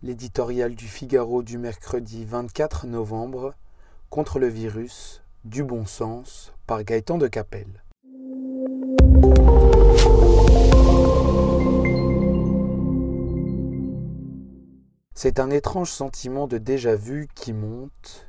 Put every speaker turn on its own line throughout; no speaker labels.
L'éditorial du Figaro du mercredi 24 novembre, Contre le virus, du bon sens, par Gaëtan de Capelle. C'est un étrange sentiment de déjà-vu qui monte.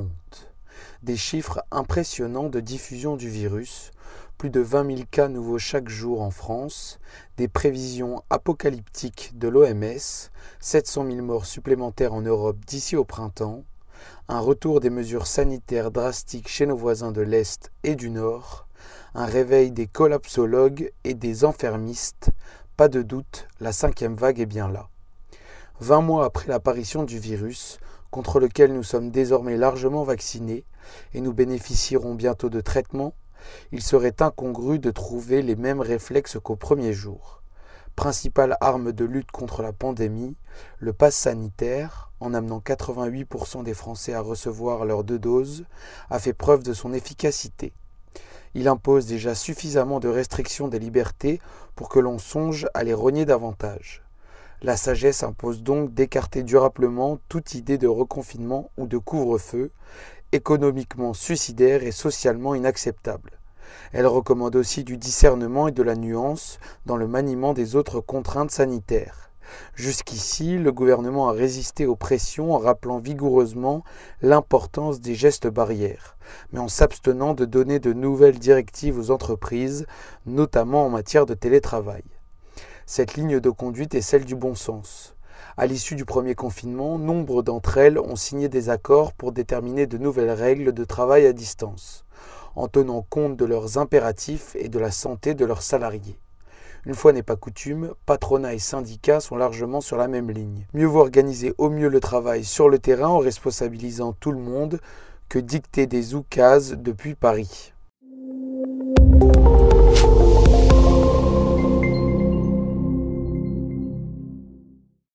Des chiffres impressionnants de diffusion du virus, plus de 20 000 cas nouveaux chaque jour en France, des prévisions apocalyptiques de l'OMS, 700 000 morts supplémentaires en Europe d'ici au printemps, un retour des mesures sanitaires drastiques chez nos voisins de l'Est et du Nord, un réveil des collapsologues et des enfermistes, pas de doute, la 5e vague est bien là. 20 mois après l'apparition du virus, contre lequel nous sommes désormais largement vaccinés et nous bénéficierons bientôt de traitements, il serait incongru de trouver les mêmes réflexes qu'au premier jour. Principale arme de lutte contre la pandémie, le pass sanitaire, en amenant 88% des Français à recevoir leurs 2 doses, a fait preuve de son efficacité. Il impose déjà suffisamment de restrictions des libertés pour que l'on songe à les rogner davantage. La sagesse impose donc d'écarter durablement toute idée de reconfinement ou de couvre-feu, économiquement suicidaire et socialement inacceptable. Elle recommande aussi du discernement et de la nuance dans le maniement des autres contraintes sanitaires. Jusqu'ici, le gouvernement a résisté aux pressions en rappelant vigoureusement l'importance des gestes barrières, mais en s'abstenant de donner de nouvelles directives aux entreprises, notamment en matière de télétravail. Cette ligne de conduite est celle du bon sens. À l'issue du premier confinement, nombre d'entre elles ont signé des accords pour déterminer de nouvelles règles de travail à distance, en tenant compte de leurs impératifs et de la santé de leurs salariés. Une fois n'est pas coutume, patronat et syndicats sont largement sur la même ligne. Mieux vaut organiser au mieux le travail sur le terrain en responsabilisant tout le monde que dicter des oukases depuis Paris.